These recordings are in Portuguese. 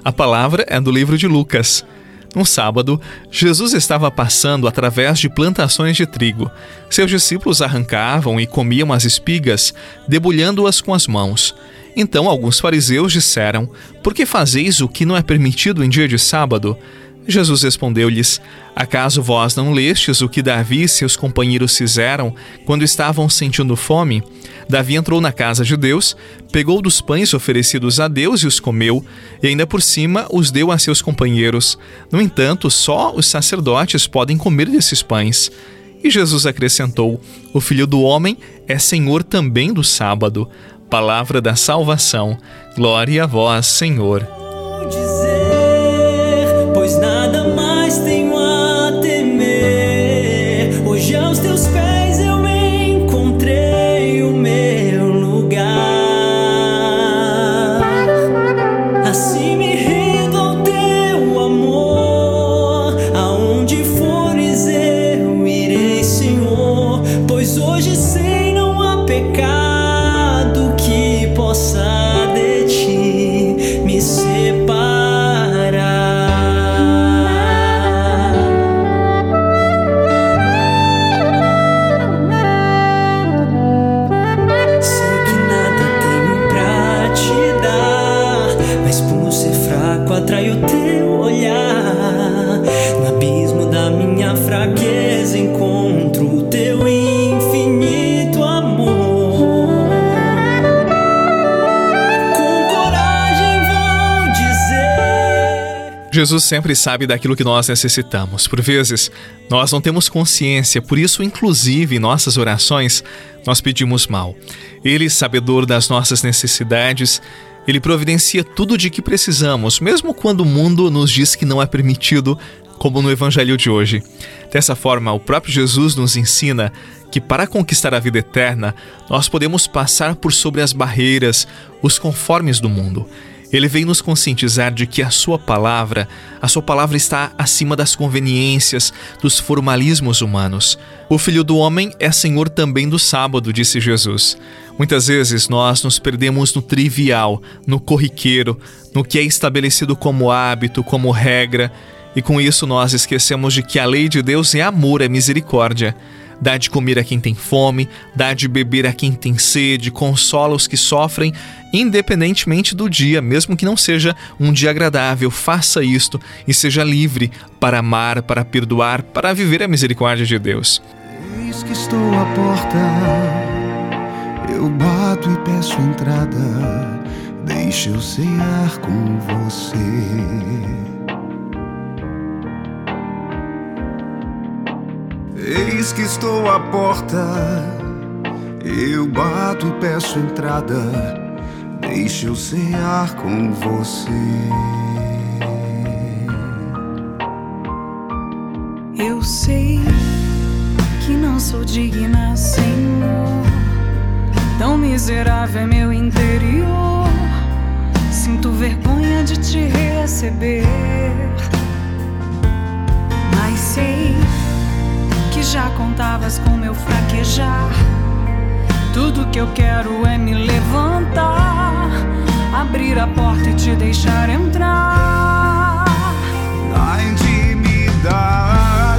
A palavra é do livro de Lucas. Num sábado, Jesus estava passando através de plantações de trigo. Seus discípulos arrancavam e comiam as espigas, debulhando-as com as mãos. Então alguns fariseus disseram: "Por que fazeis o que não é permitido em dia de sábado?" Jesus respondeu-lhes: "Acaso vós não lestes o que Davi e seus companheiros fizeram quando estavam sentindo fome? Davi entrou na casa de Deus, pegou dos pães oferecidos a Deus e os comeu, e ainda por cima os deu a seus companheiros. No entanto, só os sacerdotes podem comer desses pães." E Jesus acrescentou: "O Filho do Homem é Senhor também do sábado." Palavra da salvação. Glória a vós, Senhor. Pois nada mais tenho a temer. Hoje aos teus pés eu encontrei o meu lugar. Assim me rendo ao teu amor. Aonde fores eu irei, Senhor. Pois hoje sei não há pecado que possa de ti me separar. Atrai o teu olhar. No abismo da minha fraqueza encontro o teu infinito amor. Com coragem vou dizer. Jesus sempre sabe daquilo que nós necessitamos. Por vezes, nós não temos consciência, por isso, inclusive, em nossas orações, nós pedimos mal. Ele, sabedor das nossas necessidades, Ele providencia tudo de que precisamos, mesmo quando o mundo nos diz que não é permitido, como no Evangelho de hoje. Dessa forma, o próprio Jesus nos ensina que para conquistar a vida eterna, nós podemos passar por sobre as barreiras, os conformes do mundo. Ele vem nos conscientizar de que a sua palavra está acima das conveniências, dos formalismos humanos. O Filho do Homem é Senhor também do sábado, disse Jesus. Muitas vezes nós nos perdemos no trivial, no corriqueiro, no que é estabelecido como hábito, como regra, e com isso nós esquecemos de que a lei de Deus é amor, é misericórdia. Dá de comer a quem tem fome, dá de beber a quem tem sede, consola os que sofrem, independentemente do dia, mesmo que não seja um dia agradável. Faça isto e seja livre para amar, para perdoar, para viver a misericórdia de Deus. Eis que estou à porta, eu bato e peço entrada, deixa eu cear com você. Eis que estou à porta, eu bato e peço entrada, deixa eu cear com você. Eu sei que não sou digna, Senhor, tão miserável é meu interior. Sinto vergonha de te receber, mas sei que já contavas com meu fraquejar. Tudo que eu quero é me levantar, abrir a porta e te deixar entrar na intimidade.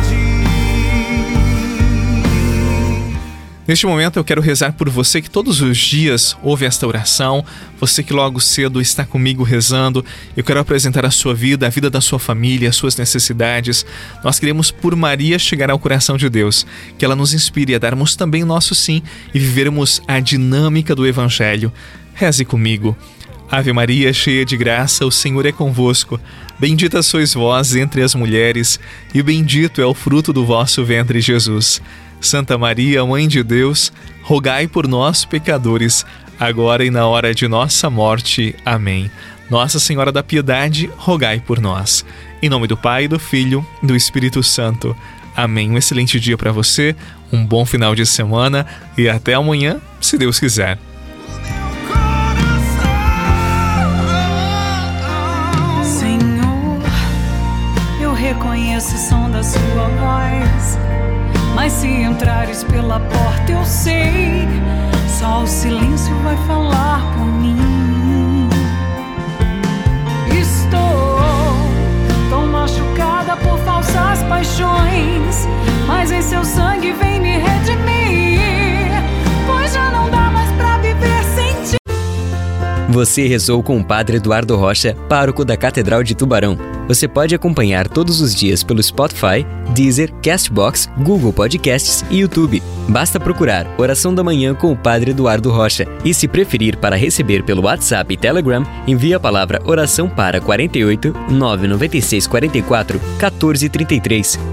Neste momento eu quero rezar por você que todos os dias ouve esta oração, você que logo cedo está comigo rezando. Eu quero apresentar a sua vida, a vida da sua família, as suas necessidades. Nós queremos por Maria chegar ao coração de Deus, que ela nos inspire a darmos também o nosso sim e vivermos a dinâmica do Evangelho. Reze comigo. Ave Maria, cheia de graça, o Senhor é convosco. Bendita sois vós entre as mulheres, e bendito é o fruto do vosso ventre, Jesus. Santa Maria, Mãe de Deus, rogai por nós, pecadores, agora e na hora de nossa morte. Amém. Nossa Senhora da Piedade, rogai por nós. Em nome do Pai, do Filho e do Espírito Santo. Amém. Um excelente dia para você, um bom final de semana e até amanhã, se Deus quiser. Senhor, eu reconheço o som da sua voz, mas se entrares pela porta eu sei, só o silêncio vai falar por mim. Estou Você rezou com o Padre Eduardo Rocha, pároco da Catedral de Tubarão. Você pode acompanhar todos os dias pelo Spotify, Deezer, Castbox, Google Podcasts e YouTube. Basta procurar Oração da Manhã com o Padre Eduardo Rocha. E se preferir para receber pelo WhatsApp e Telegram, envie a palavra oração para 48 996 44 14 33.